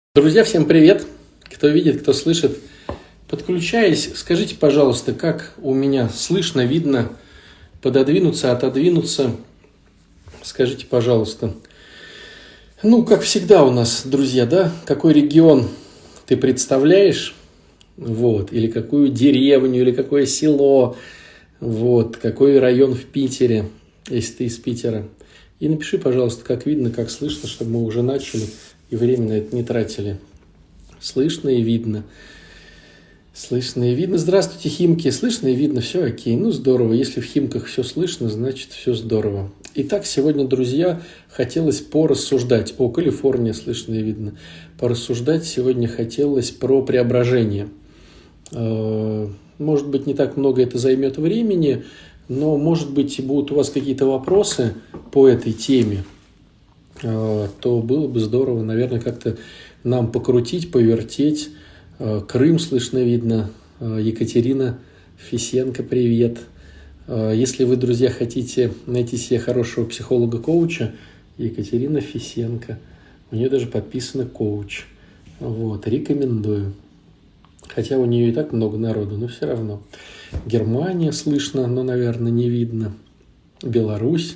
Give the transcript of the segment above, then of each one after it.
Друзья, всем привет! Кто видит, кто слышит, подключаясь, скажите, пожалуйста, как у меня слышно, видно, пододвинуться, отодвинуться. Скажите, пожалуйста. Как всегда у нас, друзья, да, какой регион ты представляешь, или какую деревню, или какое село, какой район в Питере, если ты из Питера. И напиши, пожалуйста, как видно, как слышно, чтобы мы уже начали и время на это не тратили. Слышно и видно. Слышно и видно. Здравствуйте, Химки. Слышно и видно. Все окей. Здорово. Если в Химках все слышно, значит, все здорово. Итак, сегодня, друзья, хотелось порассуждать. Калифорния, слышно и видно. Порассуждать сегодня хотелось про преображение. Может быть, не так много это займет времени, но, может быть, будут у вас какие-то вопросы по этой теме, то было бы здорово, наверное, как-то нам покрутить, повертеть. Крым слышно, видно. Екатерина Фисенко, привет. Если вы, друзья, хотите найти себе хорошего психолога-коуча, Екатерина Фисенко, у нее даже подписано коуч. Рекомендую. Хотя у нее и так много народу, но все равно. Германия слышно, но, наверное, не видно. Беларусь.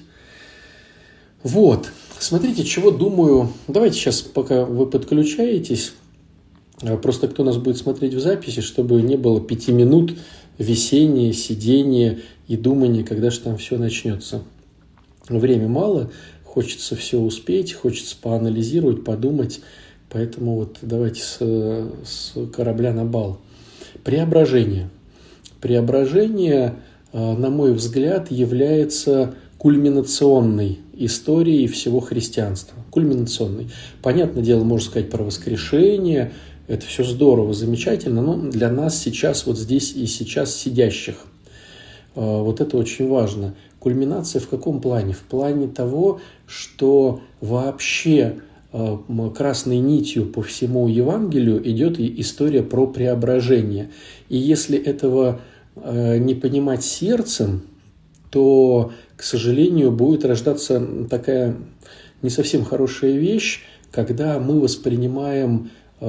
Смотрите, чего думаю. Давайте сейчас, пока вы подключаетесь, просто кто нас будет смотреть в записи, чтобы не было 5 минут висения, сидения и думания, когда же там все начнется. Время хочется все успеть, хочется поанализировать, подумать. Поэтому давайте с корабля на бал. Преображение. Преображение, на мой взгляд, является кульминационной историей всего христианства. Кульминационной. Понятное дело, можно сказать про воскрешение. Это все здорово, замечательно. Но для нас сейчас, здесь и сейчас сидящих, это очень важно. Кульминация в каком плане? В плане того, что вообще красной нитью по всему Евангелию идет история про преображение. И если этого не понимать сердцем, то, к сожалению, будет рождаться такая не совсем хорошая вещь, когда мы воспринимаем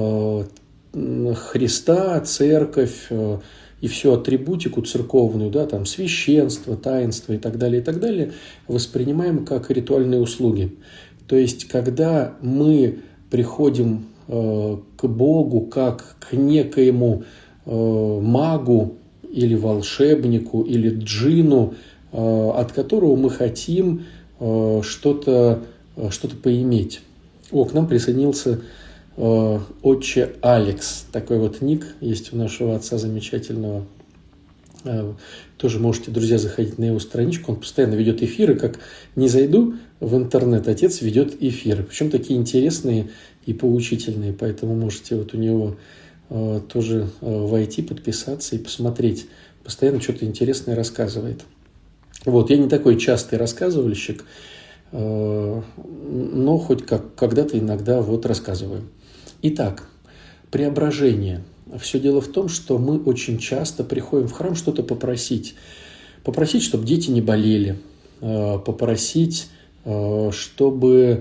Христа, церковь и всю атрибутику церковную, священство, таинство и так далее, воспринимаем как ритуальные услуги. То есть, когда мы приходим к Богу как к некоему магу или волшебнику или джину, от которого мы хотим что-то поиметь. К нам присоединился отче Алекс. Такой ник есть у нашего отца замечательного. Тоже можете, друзья, заходить на его страничку. Он постоянно ведет эфиры. Как не зайду в интернет, отец ведет эфиры. Причем такие интересные и поучительные. Поэтому можете у него тоже войти, подписаться и посмотреть. Постоянно что-то интересное рассказывает. Я не такой частый рассказывальщик, но хоть когда-то иногда рассказываю. Итак, преображение. Все дело в том, что мы очень часто приходим в храм что-то попросить. Попросить, чтобы дети не болели. Попросить, чтобы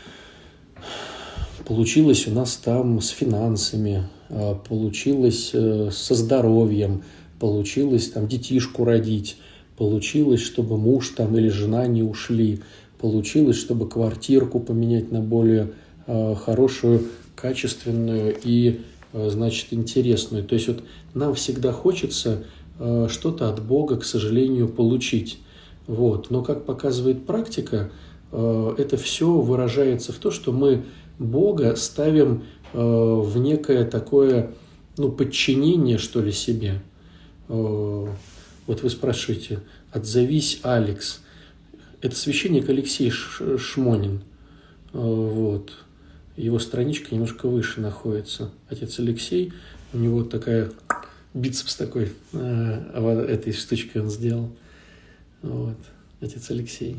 получилось у нас там с финансами, получилось со здоровьем, получилось детишку родить, получилось, чтобы муж или жена не ушли, получилось, чтобы квартирку поменять на более хорошую, качественную и, интересную. То есть нам всегда хочется что-то от Бога, к сожалению, получить. Но, как показывает практика, это все выражается в том, что мы Бога ставим в некое такое, подчинение, что ли, себе. Вы спрашиваете, отзовись, Алекс. Это священник Алексей Шмонин. Его страничка немножко выше находится. Отец Алексей, у него такая бицепс такой, этой штучкой он сделал. Отец Алексей.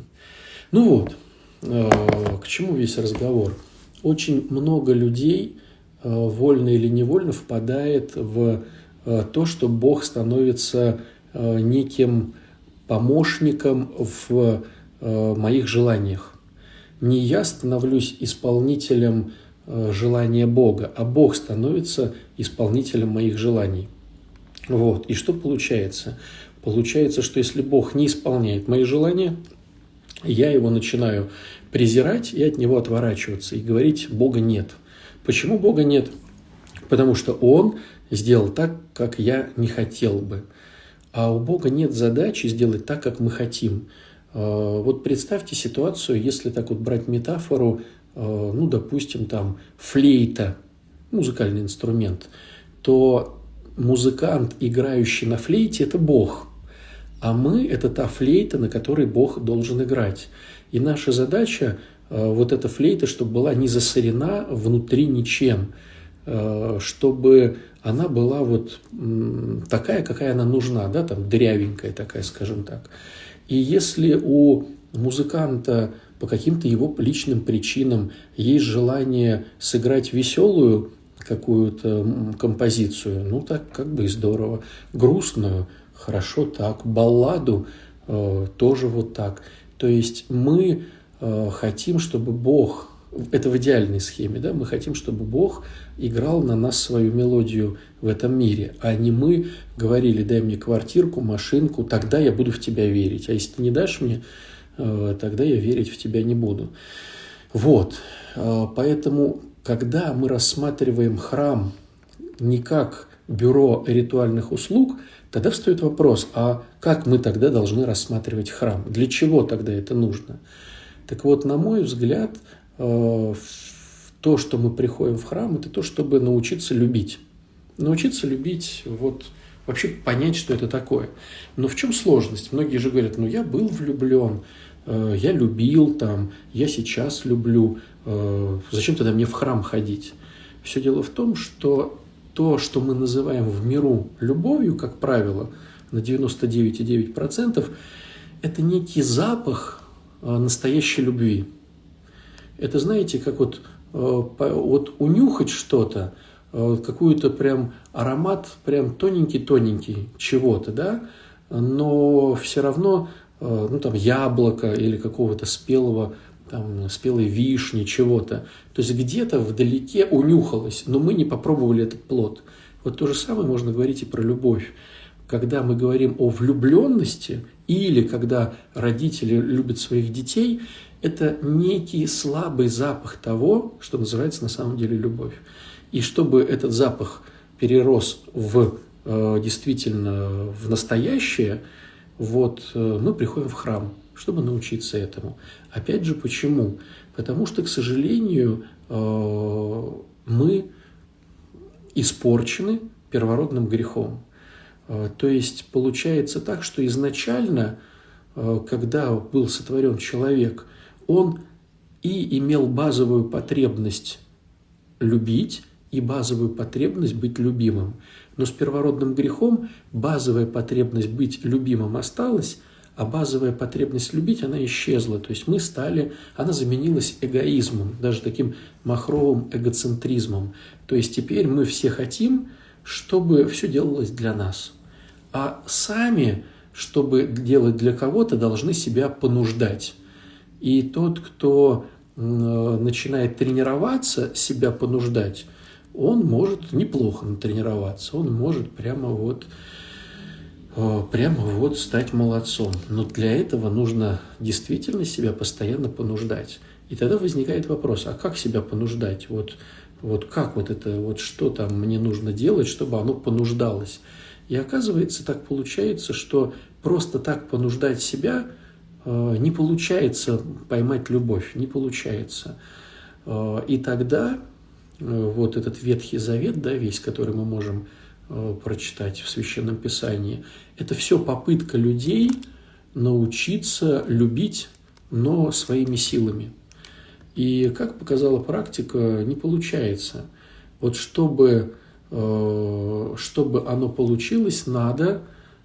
К чему весь разговор? Очень много людей, вольно или невольно, впадает в то, что Бог становится неким помощником в моих желаниях. Не я становлюсь исполнителем желания Бога, а Бог становится исполнителем моих желаний. Вот. И что получается? Получается, что если Бог не исполняет мои желания, я его начинаю презирать и от него отворачиваться и говорить: Бога нет. Почему Бога нет? Потому что Он сделал так, как я не хотел бы. А у Бога нет задачи сделать так, как мы хотим. Вот представьте ситуацию, если так вот брать метафору, ну, допустим, там флейта, музыкальный инструмент, то музыкант, играющий на флейте, это Бог. А мы – это та флейта, на которой Бог должен играть. И наша задача вот эта флейта, чтобы была не засорена внутри ничем, чтобы она была вот такая, какая она нужна, да, там дырявенькая такая, скажем так. И если у музыканта по каким-то его личным причинам есть желание сыграть веселую какую-то композицию, ну так как бы и здорово, грустную, хорошо так, балладу тоже вот так. То есть мы хотим, чтобы Бог, это в идеальной схеме, да, мы хотим, чтобы Бог играл на нас свою мелодию в этом мире, а не мы говорили: дай мне квартирку, машинку, тогда я буду в тебя верить, а если ты не дашь мне, тогда я верить в тебя не буду. Вот, поэтому, когда мы рассматриваем храм не как бюро ритуальных услуг, тогда встает вопрос: а как мы тогда должны рассматривать храм? Для чего тогда это нужно? Так вот, на мой взгляд, то, что мы приходим в храм, это то, чтобы научиться любить. Научиться любить, вот вообще понять, что это такое. Но в чем сложность? Многие же говорят: ну я был влюблен, я любил там, я сейчас люблю, зачем тогда мне в храм ходить? Все дело в том, что то, что мы называем в миру любовью, как правило, на 99,9%, это некий запах настоящей любви. Это, знаете, как вот унюхать что-то, какой-то прям аромат, прям тоненький-тоненький чего-то, да, но все равно, ну, там, яблоко или какого-то спелой вишни, чего-то. То есть где-то вдалеке унюхалось, но мы не попробовали этот плод. Вот то же самое можно говорить и про любовь. Когда мы говорим о влюбленности или когда родители любят своих детей, это некий слабый запах того, что называется на самом деле любовь. И чтобы этот запах перерос действительно в настоящее, вот мы приходим в храм, чтобы научиться этому. Опять же, почему? Потому что, к сожалению, мы испорчены первородным грехом. То есть получается так, что изначально, когда был сотворен человек, он и имел базовую потребность любить, и базовую потребность быть любимым. Но с первородным грехом базовая потребность быть любимым осталась, а базовая потребность любить, она исчезла. То есть она заменилась эгоизмом, даже таким махровым эгоцентризмом. То есть теперь мы все хотим, чтобы все делалось для нас. А сами, чтобы делать для кого-то, должны себя понуждать. И тот, кто начинает тренироваться, себя понуждать, он может неплохо натренироваться, он может прямо вот стать молодцом. Но для этого нужно действительно себя постоянно понуждать. И тогда возникает вопрос: а как себя понуждать? Вот как что там мне нужно делать, чтобы оно понуждалось? И оказывается, так получается, что просто так понуждать себя не получается поймать любовь, не получается. И тогда вот этот Ветхий Завет, да, весь, который мы можем прочитать в Священном Писании, это все попытка людей научиться любить, но своими силами. И, как показала практика, не получается. Вот чтобы оно получилось, надо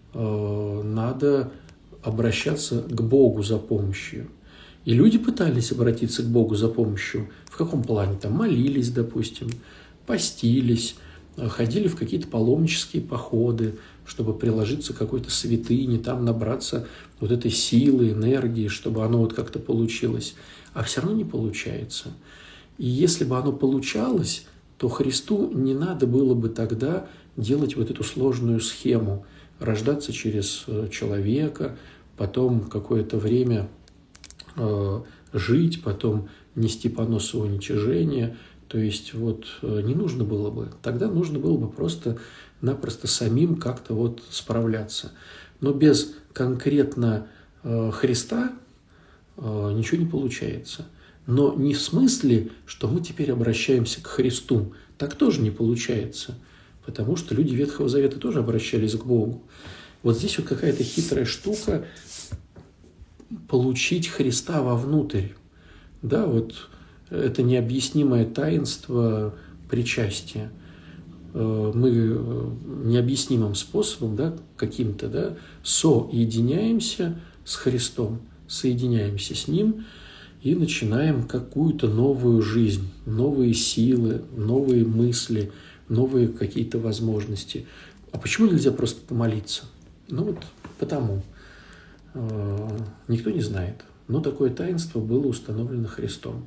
обращаться к Богу за помощью. И люди пытались обратиться к Богу за помощью. В каком плане? Там молились, допустим, постились, ходили в какие-то паломнические походы, чтобы приложиться к какой-то святыне, там набраться вот этой силы, энергии, чтобы оно вот как-то получилось. А все равно не получается. И если бы оно получалось, то Христу не надо было бы тогда делать вот эту сложную схему, рождаться через человека, потом какое-то время жить, потом нести понос и уничижение. То есть вот не нужно было бы. Тогда нужно было бы просто-напросто самим как-то вот справляться. Но без конкретно Христа ничего не получается. Но не в смысле, что мы теперь обращаемся к Христу. Так тоже не получается. Потому что люди Ветхого Завета тоже обращались к Богу. Вот здесь вот какая-то хитрая штука получить Христа вовнутрь. Да, вот это необъяснимое таинство причастия. Мы необъяснимым способом, да, каким-то, да, соединяемся с Христом, соединяемся с Ним и начинаем какую-то новую жизнь, новые силы, новые мысли, новые какие-то возможности. А почему нельзя просто помолиться? Ну вот потому. Никто не знает. Но такое таинство было установлено Христом.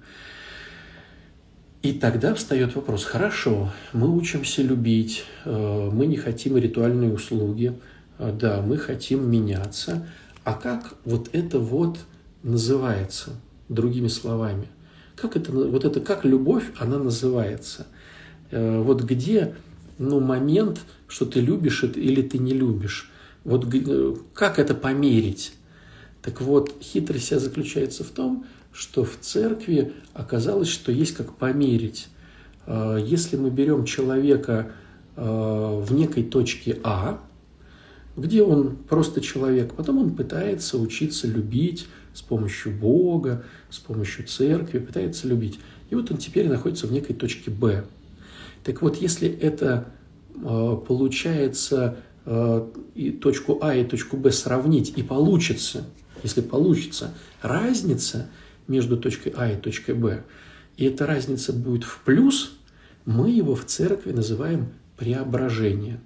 И тогда встает вопрос: хорошо, мы учимся любить, мы не хотим ритуальные услуги, да, мы хотим меняться. А как вот это вот называется, другими словами? Как любовь, она называется? Вот где, момент, что ты любишь это или ты не любишь? Вот как это померить? Так вот, хитрость вся заключается в том, что в церкви оказалось, что есть как померить. Если мы берем человека в некой точке А, где он просто человек, потом он пытается учиться любить с помощью Бога, с помощью церкви, пытается любить. И вот он теперь находится в некой точке Б. Так вот, если это получается и точку А и точку Б сравнить, и получится, если получится разница между точкой А и точкой Б, и эта разница будет в плюс, мы его в церкви называем преображение.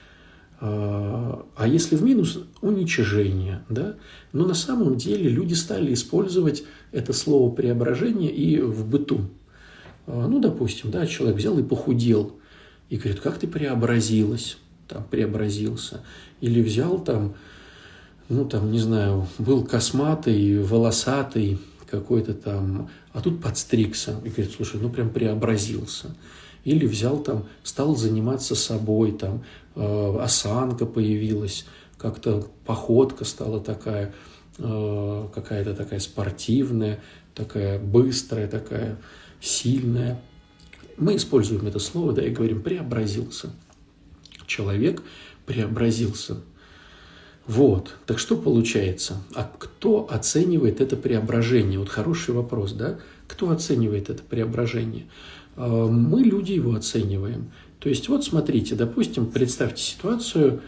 А если в минус – уничижение. Да? Но на самом деле люди стали использовать это слово преображение и в быту. Допустим, да, человек взял и похудел, и говорит: как ты преобразилась, преобразился. Или взял не знаю, был косматый, волосатый какой-то а тут подстригся, и говорит: слушай, прям преобразился. Или взял стал заниматься собой, осанка появилась, как-то походка стала такая, какая-то такая спортивная, такая быстрая, такая сильная. Мы используем это слово, да, и говорим: преобразился. Человек преобразился. Вот. Так что получается? А кто оценивает это преображение? Вот хороший вопрос, да? Кто оценивает это преображение? Мы, люди, его оцениваем. То есть, вот смотрите, допустим, представьте ситуацию,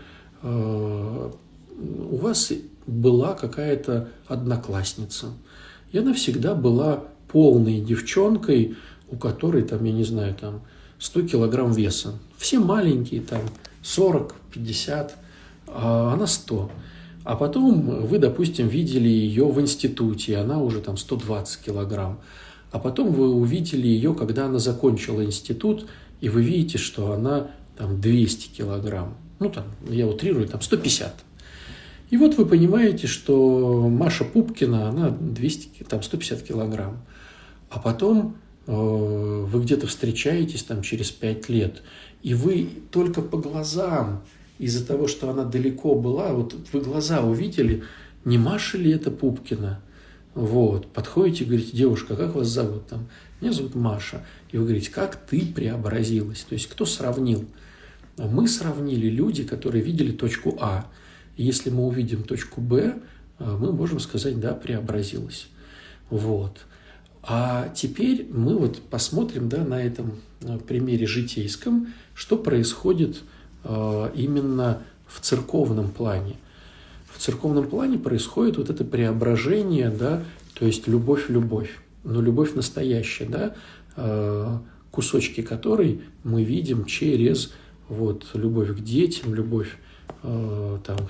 у вас была какая-то одноклассница, и она всегда была полной девчонкой, у которой, 100 килограмм веса. Все маленькие, 40, 50, а она 100. А потом вы, допустим, видели ее в институте, она уже 120 килограмм. А потом вы увидели ее, когда она закончила институт, и вы видите, что она 200 килограмм. Я утрирую, 150. И вот вы понимаете, что Маша Пупкина, она 150 килограмм. А потом вы где-то встречаетесь через 5 лет, и вы только по глазам, из-за того, что она далеко была, вот вы глаза увидели, не Маша ли это Пупкина? Вот, подходите и говорите: девушка, как вас зовут? Меня зовут Маша. И вы говорите: как ты преобразилась? То есть, кто сравнил? Мы сравнили люди, которые видели точку А. И если мы увидим точку Б, мы можем сказать: да, преобразилась. Вот. А теперь мы посмотрим, да, на этом примере житейском, что происходит именно в церковном плане. В церковном плане происходит это преображение, да, то есть любовь, но любовь настоящая, да, кусочки которой мы видим через любовь к детям, любовь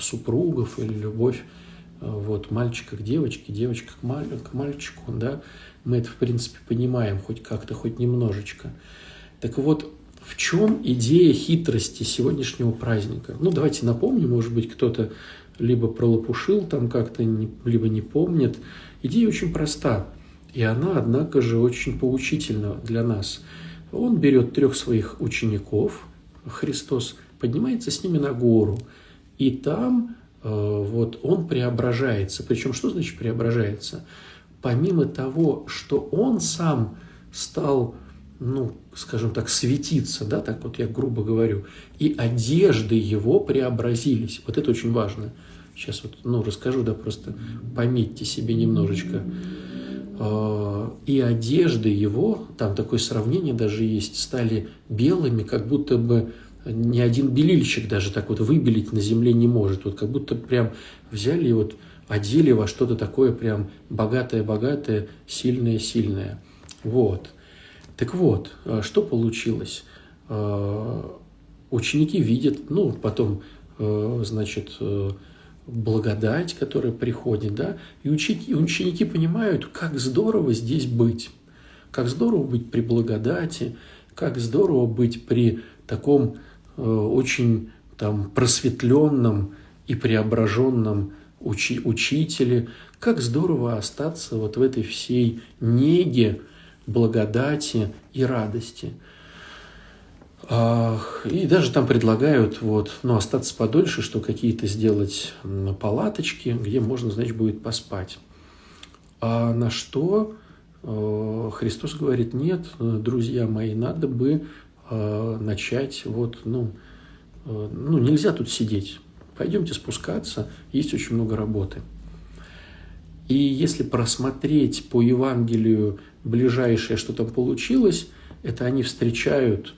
супругов или любовь мальчика к девочке, девочка к мальчику, да, Мы это, в принципе, понимаем хоть как-то, хоть немножечко. Так вот, в чем идея хитрости сегодняшнего праздника? Ну, давайте напомним, может быть, кто-то либо пролопушил там как-то, либо не помнит. Идея очень проста, и она, однако же, очень поучительна для нас. Он берет 3 своих учеников, Христос, поднимается с ними на гору, и там вот он преображается. Причем, что значит преображается? Помимо того, что он сам стал, ну, скажем так, светиться, да, так вот я грубо говорю, и одежды его преобразились. Вот это очень важно. Сейчас вот, ну, расскажу, да, просто пометьте себе немножечко. И одежды его, там такое сравнение даже есть, стали белыми, как будто бы ни один белильщик даже так вот выбелить на земле не может. Вот как будто прям взяли и вот одели во что-то такое прям богатое-богатое, сильное-сильное. Вот. Так вот, что получилось? Ученики видят, ну, потом, значит, благодать, которая приходит, да, и ученики понимают, как здорово здесь быть, как здорово быть при благодати, как здорово быть при таком очень там просветленном и преображенном учителе, как здорово остаться вот в этой всей неге, благодати и радости. И даже там предлагают вот, ну, остаться подольше, что какие-то сделать палаточки, где можно, значит, будет поспать. А на что Христос говорит: нет, друзья мои, надо бы начать вот, ну, нельзя тут сидеть, пойдемте спускаться, есть очень много работы. И если просмотреть по Евангелию ближайшее, что там получилось, это они встречают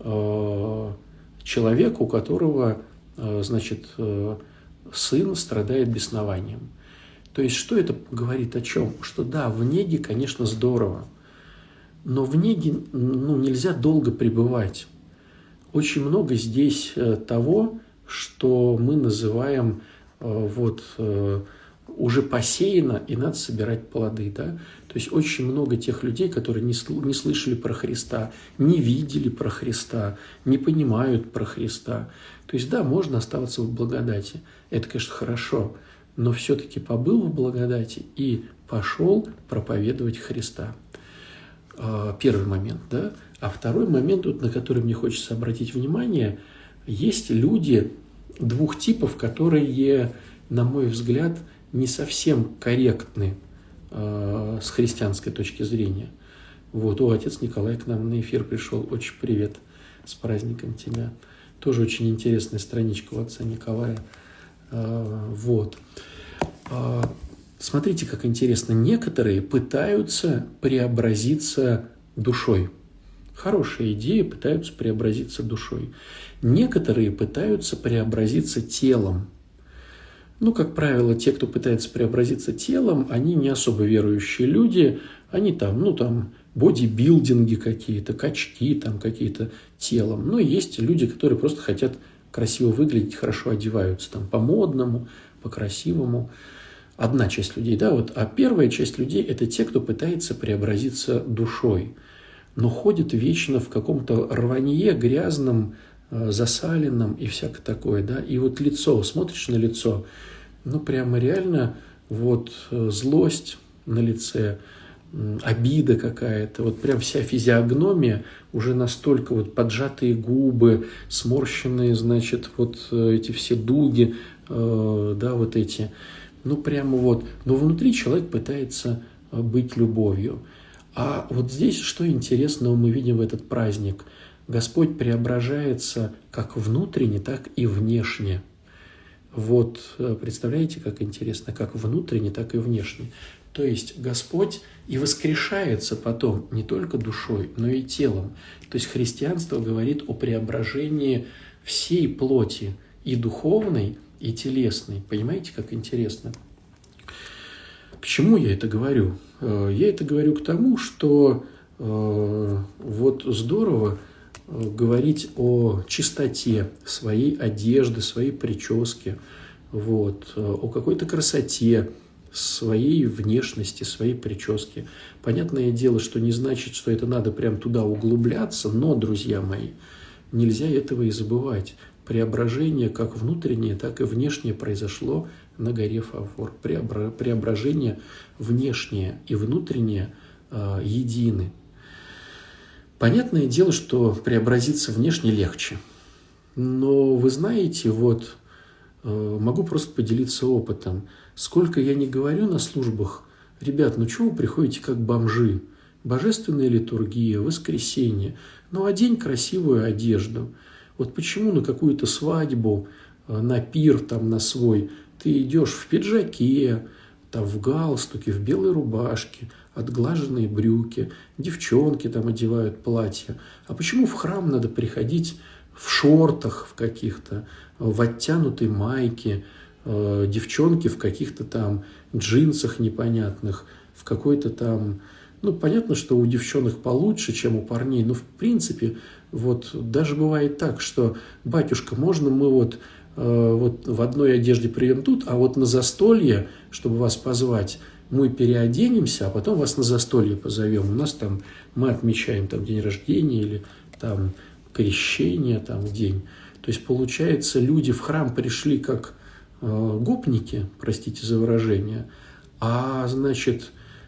человека, у которого, значит, сын страдает беснованием. То есть, что это говорит о чем? Что да, в неге, конечно, здорово, но в неге, ну, нельзя долго пребывать. Очень много здесь того, что мы называем вот уже посеяно, и надо собирать плоды, да? То есть очень много тех людей, которые не слышали про Христа, не видели про Христа, не понимают про Христа. То есть, да, можно оставаться в благодати. Это, конечно, хорошо, но все-таки побыл в благодати и пошел проповедовать Христа. Первый момент, да? А второй момент, вот, на который мне хочется обратить внимание, есть люди 2 типов, которые, на мой взгляд, не совсем корректны с христианской точки зрения. Вот, отец Николай к нам на эфир пришел. Очень привет, с праздником тебя. Тоже очень интересная страничка у отца Николая. Вот. Смотрите, как интересно. Некоторые пытаются преобразиться душой. Хорошая идея, пытаются преобразиться душой. Некоторые пытаются преобразиться телом. Ну, как правило, те, кто пытается преобразиться телом, они не особо верующие люди, они там, ну, там, бодибилдинги какие-то, качки там какие-то телом. Ну, и есть люди, которые просто хотят красиво выглядеть, хорошо одеваются, там, по-модному, по-красивому. Одна часть людей, да, вот. А первая часть людей – это те, кто пытается преобразиться душой, но ходит вечно в каком-то рванье, грязном, засаленном и всякое такое, да. И вот лицо, смотришь на лицо, ну, прямо реально вот злость на лице, обида какая-то, вот прям вся физиогномия уже настолько вот поджатые губы, сморщенные, значит, вот эти все дуги, да, вот эти, ну, прямо вот, но внутри человек пытается быть любовью. А вот здесь, что интересного мы видим в этот праздник? Господь преображается как внутренне, так и внешне. Вот, представляете, как интересно, как внутренне, так и внешне. То есть Господь и воскрешается потом не только душой, но и телом. То есть христианство говорит о преображении всей плоти, и духовной, и телесной. Понимаете, как интересно? К чему я это говорю? Я это говорю к тому, что вот здорово говорить о чистоте своей одежды, своей прически, вот, о какой-то красоте своей внешности, своей прически. Понятное дело, что не значит, что это надо прям туда углубляться, но, друзья мои, нельзя этого и забывать. Преображение как внутреннее, так и внешнее произошло на горе Фавор. Преображение внешнее и внутреннее едины. Понятное дело, что преобразиться внешне легче. Но вы знаете, вот могу просто поделиться опытом. Сколько я не говорю на службах, ребят, ну чего вы приходите как бомжи? Божественная литургия, воскресенье. Ну одень красивую одежду. Вот почему на какую-то свадьбу, на пир там на свой, ты идешь в пиджаке, там в галстуке, в белой рубашке, отглаженные брюки, девчонки там одевают платья. А почему в храм надо приходить в шортах в каких-то, в оттянутой майке, девчонки в каких-то там джинсах непонятных, в какой-то там... Ну, понятно, что у девчонок получше, чем у парней, но в принципе, вот даже бывает так, что, батюшка, можно мы вот в одной одежде прием тут, а вот на застолье, чтобы вас позвать, мы переоденемся, а потом вас на застолье позовем. У нас там, мы отмечаем там день рождения или там крещение, там день. То есть, получается, люди в храм пришли как гопники, простите за выражение, а, значит,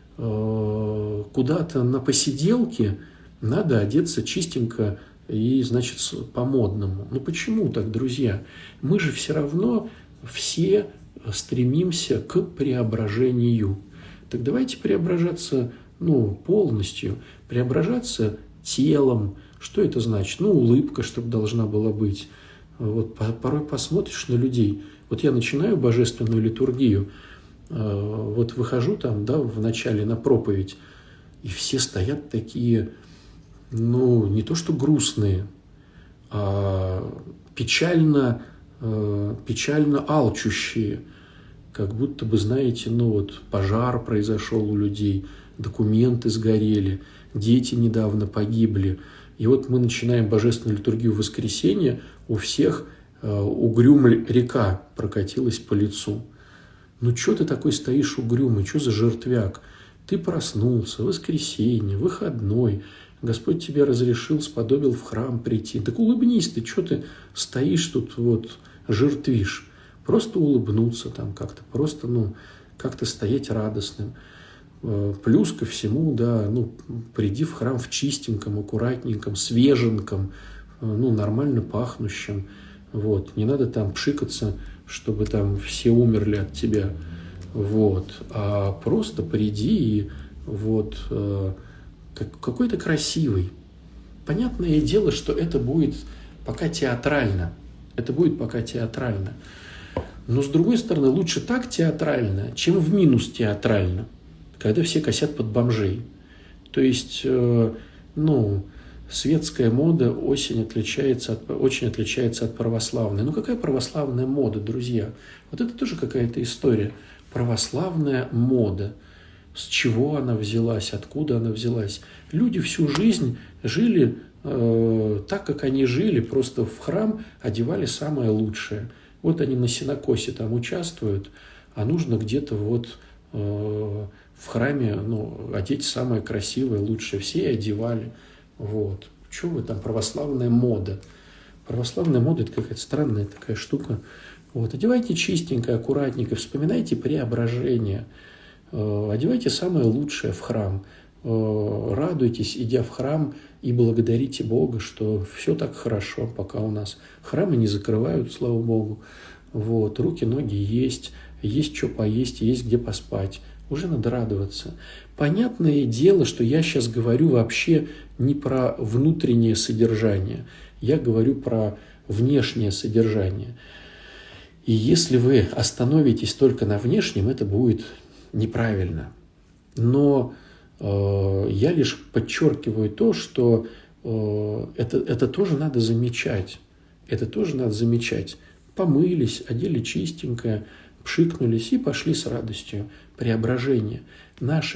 куда-то на посиделке надо одеться чистенько и, значит, по-модному. Ну почему так, друзья? Мы же все равно все стремимся к преображению. Так давайте преображаться, полностью, преображаться телом. Что это значит? Улыбка, чтобы должна была быть. Вот порой посмотришь на людей. Вот я начинаю божественную литургию, вот выхожу там, в начале на проповедь, и все стоят такие, не то что грустные, а печально алчущие, как будто бы, знаете, пожар произошел у людей, документы сгорели, дети недавно погибли. И вот мы начинаем божественную литургию в воскресенье, у всех угрюм река прокатилась по лицу. Что ты такой стоишь угрюмый, что за жертвяк? Ты проснулся, воскресенье, выходной, Господь тебе разрешил, сподобил в храм прийти. Так улыбнись ты, что ты стоишь тут жертвишь? Просто улыбнуться там как-то, просто, как-то стоять радостным. Плюс ко всему, приди в храм в чистеньком, аккуратненьком, свеженьком, нормально пахнущем. Не надо там пшикаться, чтобы там все умерли от тебя. А просто приди и какой-то красивый. Понятное дело, что это будет пока театрально. Но, с другой стороны, лучше так театрально, чем в минус театрально, когда все косят под бомжей. То есть, светская мода очень отличается от православной. Какая православная мода, друзья? Вот это тоже какая-то история. Православная мода. С чего она взялась, откуда она взялась? Люди всю жизнь жили так, как они жили, просто в храм одевали самое лучшее. Вот они на сенокосе там участвуют, а нужно где-то в храме одеть самое красивое, лучшее. Все и одевали. Чего вы там, православная мода? Православная мода – это какая-то странная такая штука. Одевайте чистенько, аккуратненько, вспоминайте преображение. Одевайте самое лучшее в храм. Радуйтесь, идя в храм, и благодарите Бога, что все так хорошо, пока у нас храмы не закрывают, слава Богу. Руки, ноги есть что поесть, есть где поспать. Уже надо радоваться. Понятное дело, что я сейчас говорю вообще не про внутреннее содержание. Я говорю про внешнее содержание. И если вы остановитесь только на внешнем, это будет неправильно. Но я лишь подчеркиваю то, что это тоже надо замечать. Помылись, одели чистенькое, пшикнулись и пошли с радостью. Преображение. Наш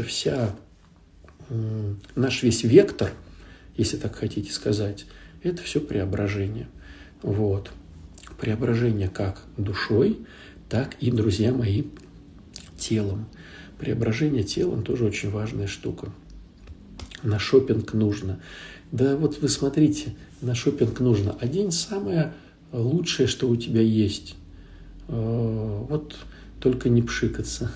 весь вектор, если так хотите сказать, это все преображение. Преображение как душой, так и, друзья мои, телом. Преображение телом тоже очень важная штука. На шопинг нужно. Да вот вы смотрите, на шопинг нужно. Одень самое лучшее, что у тебя есть. Вот только не пшикаться.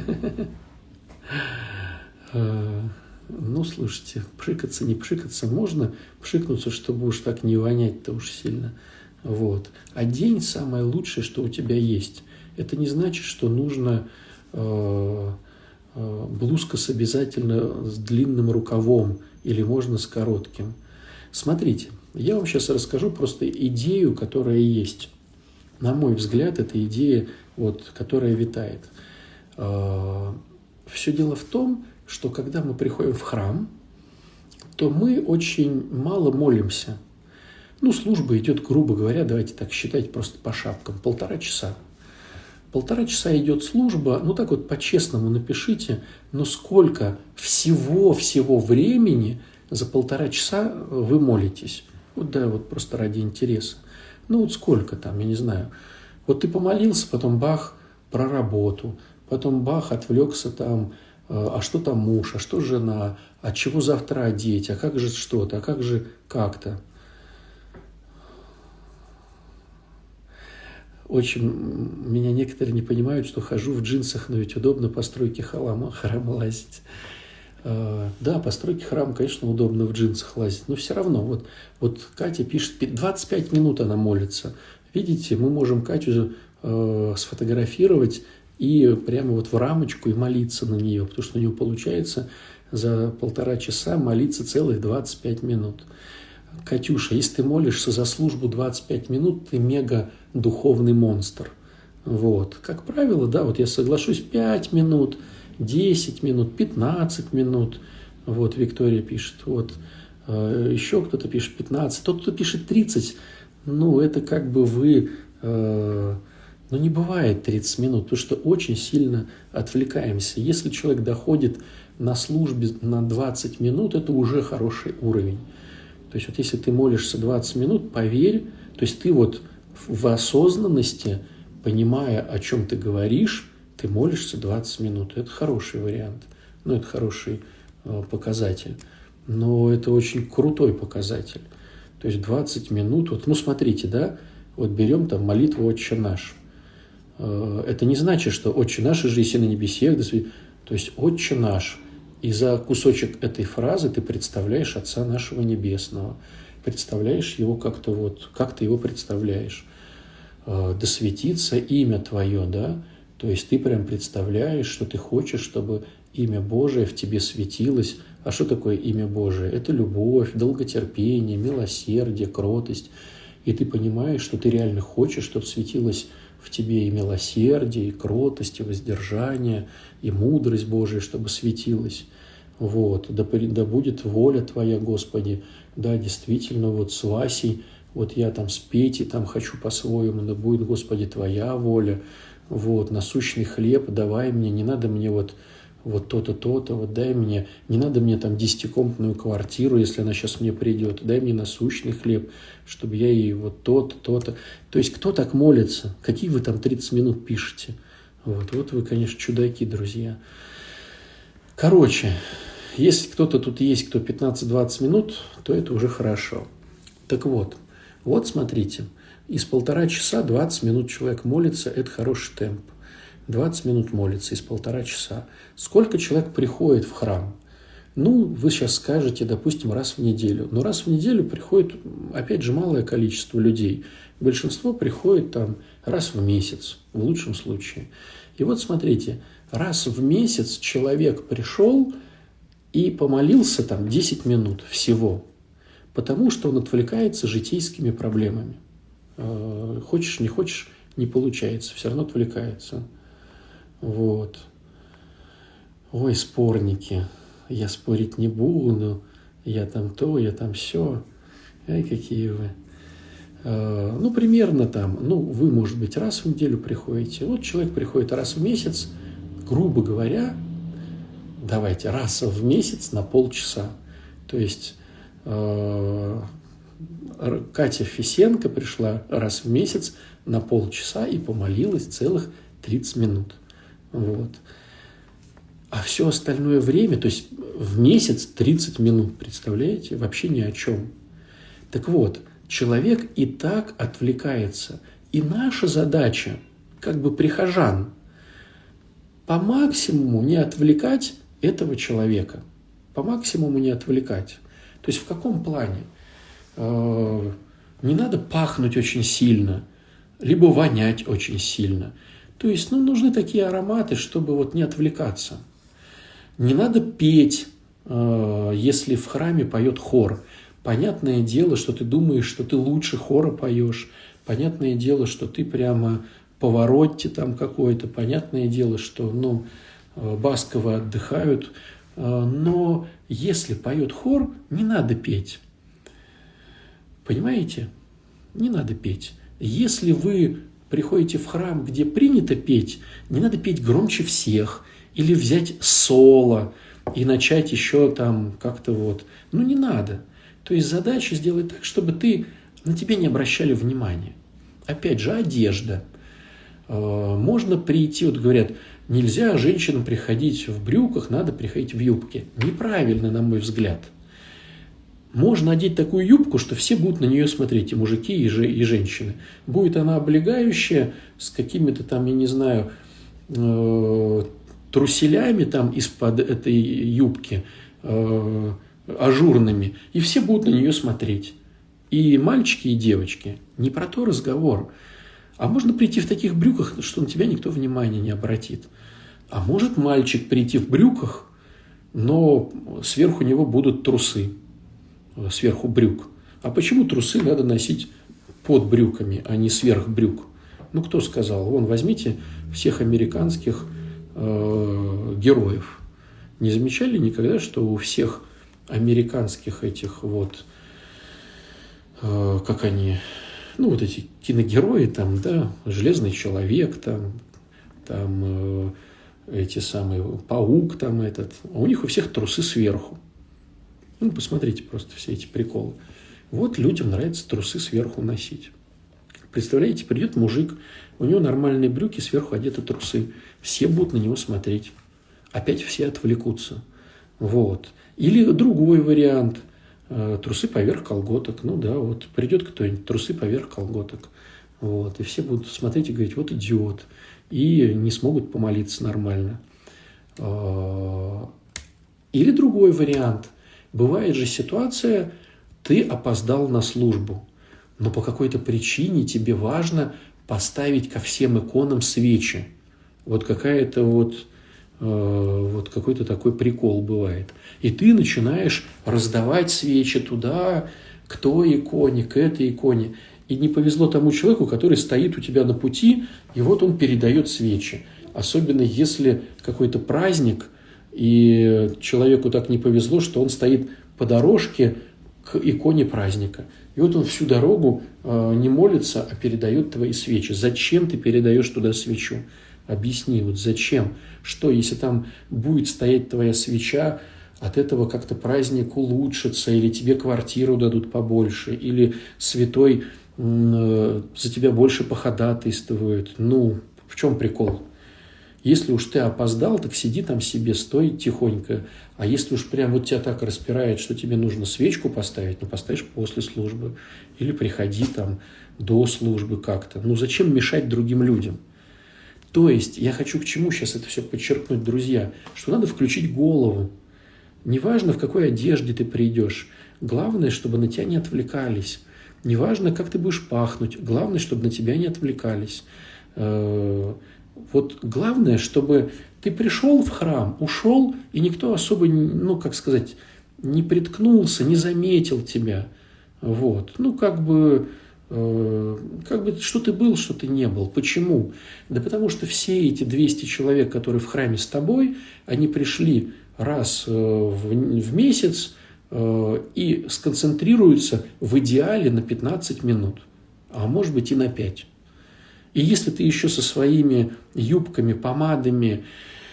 Ну, слушайте, пшикаться, не пшикаться можно, пшикнуться, чтобы уж так не вонять-то уж сильно. Вот. Одень самое лучшее, что у тебя есть. Это не значит, что нужно блузка обязательно с длинным рукавом или можно с коротким. Смотрите, я вам сейчас расскажу просто идею, которая есть. На мой взгляд, это идея, вот, которая витает. Все дело в том, что когда мы приходим в храм, то мы очень мало молимся. Ну, служба идет, грубо говоря, давайте так считать просто по шапкам, 1,5 часа. 1,5 часа идет служба, ну так вот по-честному напишите, но сколько всего времени за 1,5 часа вы молитесь? Вот да, вот просто ради интереса. Ну вот сколько там, я не знаю. Вот ты помолился, потом бах, про работу, потом бах, отвлекся там, а что там муж, а что жена, а чего завтра одеть, а как же что-то, а как же как-то. Очень меня некоторые не понимают, что хожу в джинсах, но ведь удобно по стройке храма лазить. Да, по стройке храма, конечно, удобно в джинсах лазить, но все равно. Вот Катя пишет, 25 минут она молится. Видите, мы можем Катю сфотографировать и прямо вот в рамочку и молиться на нее, потому что у нее получается за 1,5 часа молиться целых 25 минут. Катюша, если ты молишься за службу 25 минут, ты мега духовный монстр. Вот. Как правило, да, вот я соглашусь, 5 минут, 10 минут, 15 минут. Вот Виктория пишет. Вот. Еще кто-то пишет 15. Тот, кто пишет 30, ну, это как бы вы... Но не бывает 30 минут, потому что очень сильно отвлекаемся. Если человек доходит на службе на 20 минут, это уже хороший уровень. То есть вот если ты молишься 20 минут, поверь, то есть ты вот в осознанности, понимая, о чем ты говоришь, ты молишься 20 минут. Это хороший вариант, ну, это хороший показатель. Но это очень крутой показатель. То есть 20 минут, вот, ну, смотрите, да, вот берем там молитву «Отче наш». Это не значит, что «Отче наш, же еси на небесех». То есть «Отче наш». И за кусочек этой фразы ты представляешь Отца нашего Небесного. Представляешь его как-то вот, как ты его представляешь. Да светится имя твое, да? То есть ты прям представляешь, что ты хочешь, чтобы имя Божие в тебе светилось. А что такое имя Божие? Это любовь, долготерпение, милосердие, кротость. И ты понимаешь, что ты реально хочешь, чтобы светилось в тебе и милосердие, и кротость, и воздержание, и мудрость Божия, чтобы светилась. Вот. Да будет воля Твоя, Господи. Да, действительно, вот с Васей, вот я там с Петей там хочу по-своему, да будет, Господи, Твоя воля. Вот. Насущный хлеб давай мне, не надо мне вот то-то, то-то, вот дай мне, не надо мне там 10-комнатную квартиру, если она сейчас мне придет, дай мне насущный хлеб, чтобы я и вот то-то, то-то. То есть кто так молится? Какие вы там 30 минут пишете? Вот вы, конечно, чудаки, друзья. Короче, если кто-то тут есть, кто 15-20 минут, то это уже хорошо. Так вот смотрите, из 1,5 часа 20 минут человек молится, это хороший темп. 20 минут молится из 1,5 часа. Сколько человек приходит в храм? Ну, вы сейчас скажете, допустим, раз в неделю. Но раз в неделю приходит, опять же, малое количество людей. Большинство приходит там раз в месяц, в лучшем случае. И вот смотрите, раз в месяц человек пришел и помолился там 10 минут всего, потому что он отвлекается житейскими проблемами. Хочешь, не хочешь, не получается, все равно отвлекается. Вот. Ой, спорники, я спорить не буду, я там то, я там сё. Ай, какие вы. Ну, примерно там, вы, может быть, раз в неделю приходите. Вот человек приходит раз в месяц, грубо говоря, давайте, раз в месяц на полчаса. То есть Катя Фисенко пришла раз в месяц на полчаса и помолилась целых 30 минут. Вот. А все остальное время, то есть в месяц 30 минут, представляете, вообще ни о чем. Так вот, человек и так отвлекается. И наша задача, как бы прихожан, по максимуму не отвлекать этого человека. По максимуму не отвлекать. То есть в каком плане? Не надо пахнуть очень сильно, либо вонять очень сильно. То есть, нужны такие ароматы, чтобы вот не отвлекаться. Не надо петь, если в храме поет хор. Понятное дело, что ты думаешь, что ты лучше хора поешь. Понятное дело, что ты прямо Паваротти там какой-то. Понятное дело, что, Басково отдыхают. Но если поет хор, не надо петь. Понимаете? Не надо петь. Если вы приходите в храм, где принято петь, не надо петь громче всех. Или взять соло и начать еще там как-то вот. Не надо. То есть задача сделать так, чтобы на тебя не обращали внимания. Опять же, одежда. Можно прийти, вот говорят, нельзя женщинам приходить в брюках, надо приходить в юбке. Неправильно, на мой взгляд. Можно одеть такую юбку, что все будут на нее смотреть, и мужики, и женщины. Будет она облегающая, с какими-то там, я не знаю, труселями там из-под этой юбки, ажурными, и все будут на нее смотреть. И мальчики, и девочки. Не про то разговор. А можно прийти в таких брюках, что на тебя никто внимания не обратит. А может мальчик прийти в брюках, но сверху него будут трусы. Сверху брюк. А почему трусы надо носить под брюками, а не сверх брюк? Кто сказал? Вон, возьмите всех американских героев. Не замечали никогда, что у всех американских этих вот, как они, вот эти киногерои, там, да, Железный человек, там эти самые, Паук, там этот, у них у всех трусы сверху. Посмотрите просто все эти приколы. Вот людям нравится трусы сверху носить. Представляете, придет мужик, у него нормальные брюки, сверху одеты трусы. Все будут на него смотреть. Опять все отвлекутся. Вот. Или другой вариант. Трусы поверх колготок. Придет кто-нибудь, трусы поверх колготок. Вот. И все будут смотреть и говорить, вот идиот. И не смогут помолиться нормально. Или другой вариант. Бывает же ситуация, ты опоздал на службу, но по какой-то причине тебе важно поставить ко всем иконам свечи. Вот какая-то какой-то такой прикол бывает. И ты начинаешь раздавать свечи туда, к той иконе, к этой иконе. И не повезло тому человеку, который стоит у тебя на пути, и вот он передает свечи. Особенно если какой-то праздник, и человеку так не повезло, что он стоит по дорожке к иконе праздника. И вот он всю дорогу не молится, а передает твои свечи. Зачем ты передаешь туда свечу? Объясни, зачем? Что, если там будет стоять твоя свеча, от этого как-то праздник улучшится, или тебе квартиру дадут побольше, или святой за тебя больше походатайствует. В чем прикол? Если уж ты опоздал, так сиди там себе, стой тихонько. А если уж прям тебя так распирает, что тебе нужно свечку поставить, поставишь после службы. Или приходи там до службы как-то. Зачем мешать другим людям? То есть, я хочу к чему сейчас это все подчеркнуть, друзья, что надо включить голову. Неважно, в какой одежде ты придешь. Главное, чтобы на тебя не отвлекались. Неважно, как ты будешь пахнуть. Главное, чтобы на тебя не отвлекались. Главное, чтобы ты пришел в храм, ушел, и никто особо, не приткнулся, не заметил тебя. Что ты был, что ты не был. Почему? Да потому что все эти 200 человек, которые в храме с тобой, они пришли раз в месяц и сконцентрируются в идеале на 15 минут, а может быть и на 5. И если ты еще со своими юбками, помадами,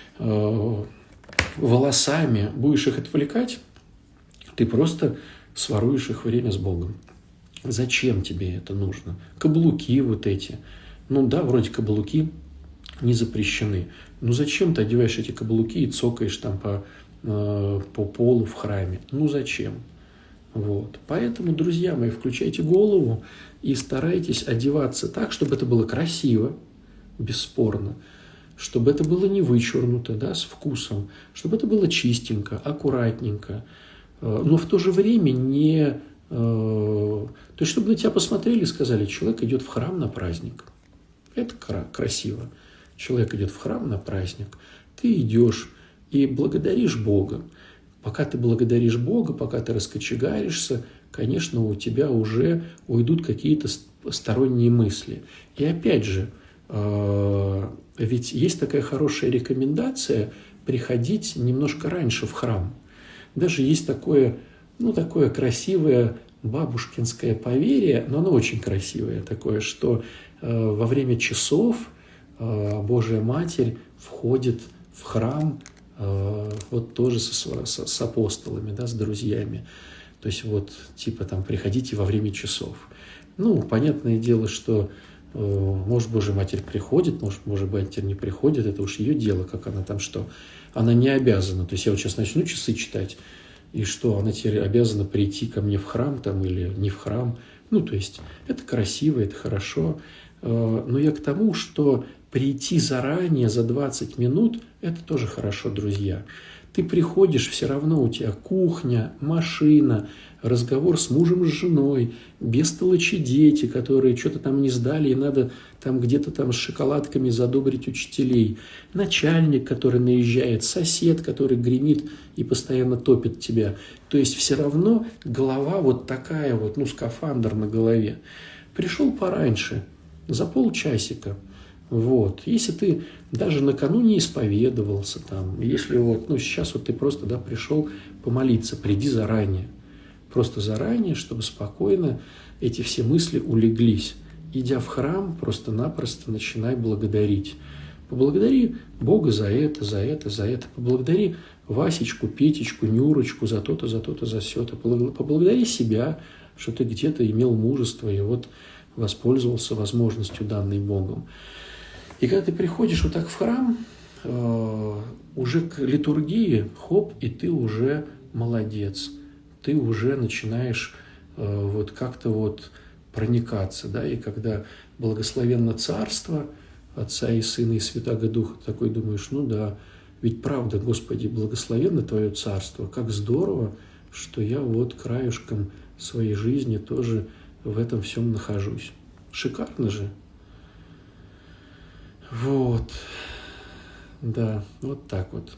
волосами будешь их отвлекать, ты просто своруешь их время с Богом. Зачем тебе это нужно? Каблуки вот эти. Вроде каблуки не запрещены. Ну зачем ты одеваешь эти каблуки и цокаешь там по полу в храме? Ну зачем? Вот. Поэтому, друзья мои, включайте голову и старайтесь одеваться так, чтобы это было красиво, бесспорно, чтобы это было не вычурнуто, да, с вкусом, чтобы это было чистенько, аккуратненько, но в то же время не... То есть, чтобы на тебя посмотрели и сказали, человек идет в храм на праздник. Это красиво. Человек идет в храм на праздник, ты идешь и благодаришь Бога. Пока ты благодаришь Бога, пока ты раскочегаришься, конечно, у тебя уже уйдут какие-то сторонние мысли. И опять же, ведь есть такая хорошая рекомендация приходить немножко раньше в храм. Даже есть такое, такое красивое бабушкинское поверье, но оно очень красивое такое, что во время часов Божья Матерь входит в храм вот тоже с апостолами, да, с друзьями. То есть вот типа там приходите во время часов. Понятное дело, что может Божья Матерь приходит, может Божья Матерь не приходит, это уж ее дело, как она там что. Она не обязана. То есть я вот сейчас начну часы читать, и что, она теперь обязана прийти ко мне в храм там или не в храм. То есть это красиво, это хорошо. Но я к тому, что прийти заранее, за 20 минут, это тоже хорошо, друзья. Ты приходишь, все равно у тебя кухня, машина, разговор с мужем, с женой, бестолочи дети, которые что-то там не сдали, и надо там где-то там с шоколадками задобрить учителей, начальник, который наезжает, сосед, который гремит и постоянно топит тебя. То есть все равно голова вот такая вот, скафандр на голове. Пришел пораньше, за полчасика. Вот. Если ты даже накануне исповедовался, там, если сейчас ты просто пришел помолиться, приди заранее. Просто заранее, чтобы спокойно эти все мысли улеглись. Идя в храм, просто-напросто начинай благодарить. Поблагодари Бога за это, за это, за это. Поблагодари Васечку, Петечку, Нюрочку за то-то, за то-то, за сё-то. Поблагодари себя, что ты где-то имел мужество и воспользовался возможностью, данной Богом. И когда ты приходишь вот так в храм, уже к литургии, и ты уже молодец. Ты уже начинаешь как-то проникаться, да, и когда благословенно Царство Отца и Сына и Святаго Духа, такой думаешь, ведь правда, Господи, благословенно Твое Царство, как здорово, что я краешком своей жизни тоже в этом всем нахожусь. Шикарно же. Да, вот так вот.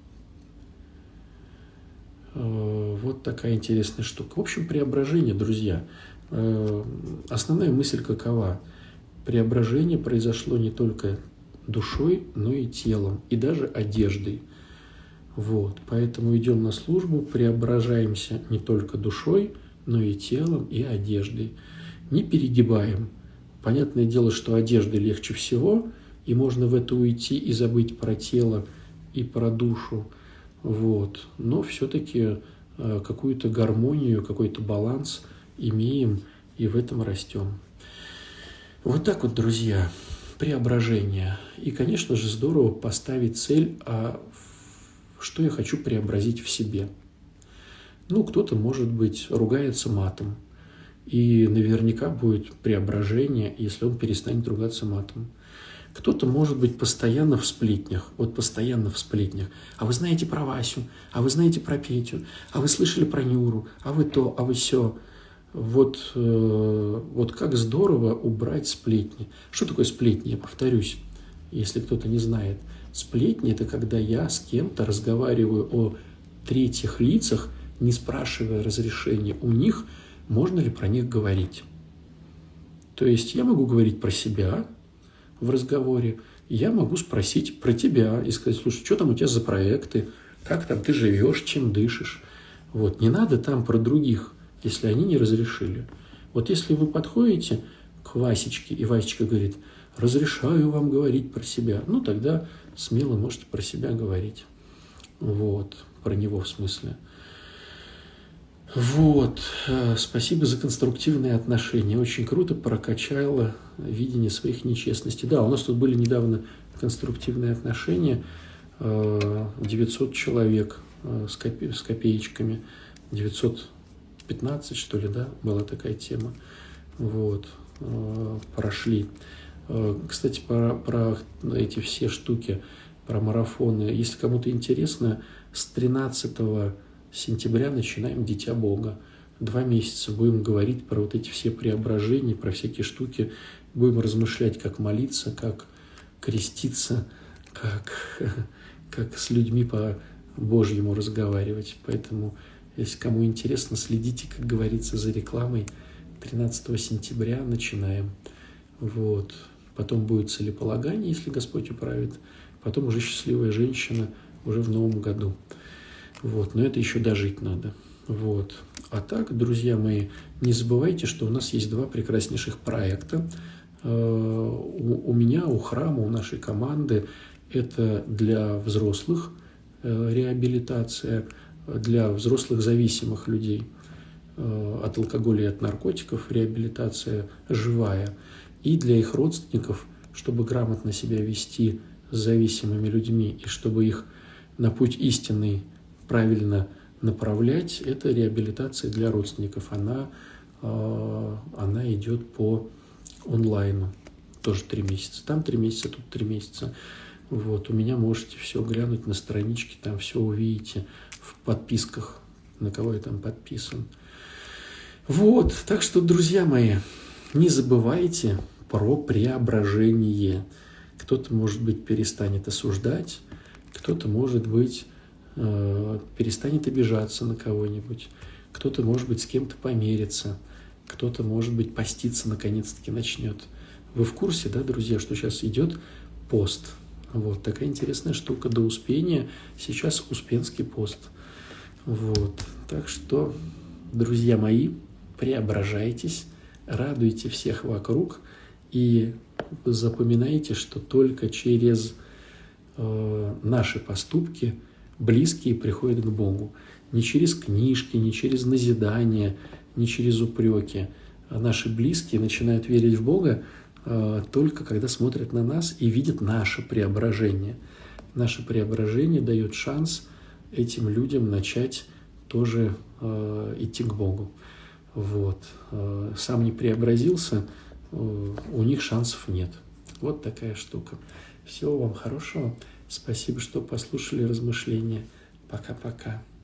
Вот такая интересная штука. В общем, преображение, друзья. Основная мысль какова? Преображение произошло не только душой, но и телом, и даже одеждой. Поэтому идем на службу, преображаемся не только душой, но и телом, и одеждой. Не перегибаем. Понятное дело, что одеждой легче всего, и можно в это уйти и забыть про тело и про душу. Но все-таки какую-то гармонию, какой-то баланс имеем и в этом растем. Вот так вот, друзья, преображение. И, конечно же, здорово поставить цель, что я хочу преобразить в себе. Кто-то, может быть, ругается матом. И наверняка будет преображение, если он перестанет ругаться матом. Кто-то, может быть, постоянно в сплетнях, постоянно в сплетнях. А вы знаете про Васю, а вы знаете про Петю, а вы слышали про Нюру, а вы то, а вы сё. Как здорово убрать сплетни. Что такое сплетни? Я повторюсь, если кто-то не знает. Сплетни – это когда я с кем-то разговариваю о третьих лицах, не спрашивая разрешения у них, можно ли про них говорить. То есть я могу говорить про себя в разговоре, я могу спросить про тебя и сказать, слушай, что там у тебя за проекты, как там ты живешь, чем дышишь. Не надо там про других, если они не разрешили. Если вы подходите к Васечке, и Васечка говорит, разрешаю вам говорить про себя, тогда смело можете про себя говорить. Про него в смысле. Спасибо за конструктивные отношения. Очень круто прокачало видение своих нечестностей. Да, у нас тут были недавно конструктивные отношения 900 человек с копеечками, 915, что ли, да, была такая тема. Вот, прошли. Кстати, про эти все штуки, про марафоны, если кому-то интересно, с 13 сентября начинаем «Дитя Бога». 2 месяца будем говорить про вот эти все преображения, про всякие штуки. Будем размышлять, как молиться, как креститься, как с людьми по-божьему разговаривать. Поэтому, если кому интересно, следите, как говорится, за рекламой. 13 сентября начинаем. Вот. Потом будет целеполагание, если Господь управит. Потом уже счастливая женщина уже в новом году. Вот. Но это еще дожить надо. Вот. А так, друзья мои, не забывайте, что у нас есть 2 прекраснейших проекта. У меня, у храма, у нашей команды. Это для взрослых реабилитация, для взрослых зависимых людей от алкоголя и от наркотиков реабилитация живая. И для их родственников, чтобы грамотно себя вести с зависимыми людьми и чтобы их на путь истинный правильно направлять, это реабилитация для родственников. Она идет по онлайну. Тоже 3 месяца. Там 3 месяца, тут 3 месяца. Вот. У меня можете все глянуть на страничке, там все увидите в подписках, на кого я там подписан. Вот. Так что, друзья мои, не забывайте про преображение. Кто-то, может быть, перестанет осуждать, кто-то, может быть, перестанет обижаться на кого-нибудь, кто-то, может быть, с кем-то помирится, кто-то, может быть, поститься наконец-таки начнет. Вы в курсе, да, друзья, что сейчас идет пост? Вот такая интересная штука. До Успения сейчас Успенский пост. Вот. Так что, друзья мои, преображайтесь, радуйте всех вокруг и запоминайте, что только через наши поступки близкие приходят к Богу. Не через книжки, не через назидания, не через упреки. Наши близкие начинают верить в Бога только когда смотрят на нас и видят наше преображение. Наше преображение дает шанс этим людям начать тоже идти к Богу. Вот. Сам не преобразился, у них шансов нет. Вот такая штука. Всего вам хорошего. Спасибо, что послушали размышления. Пока-пока.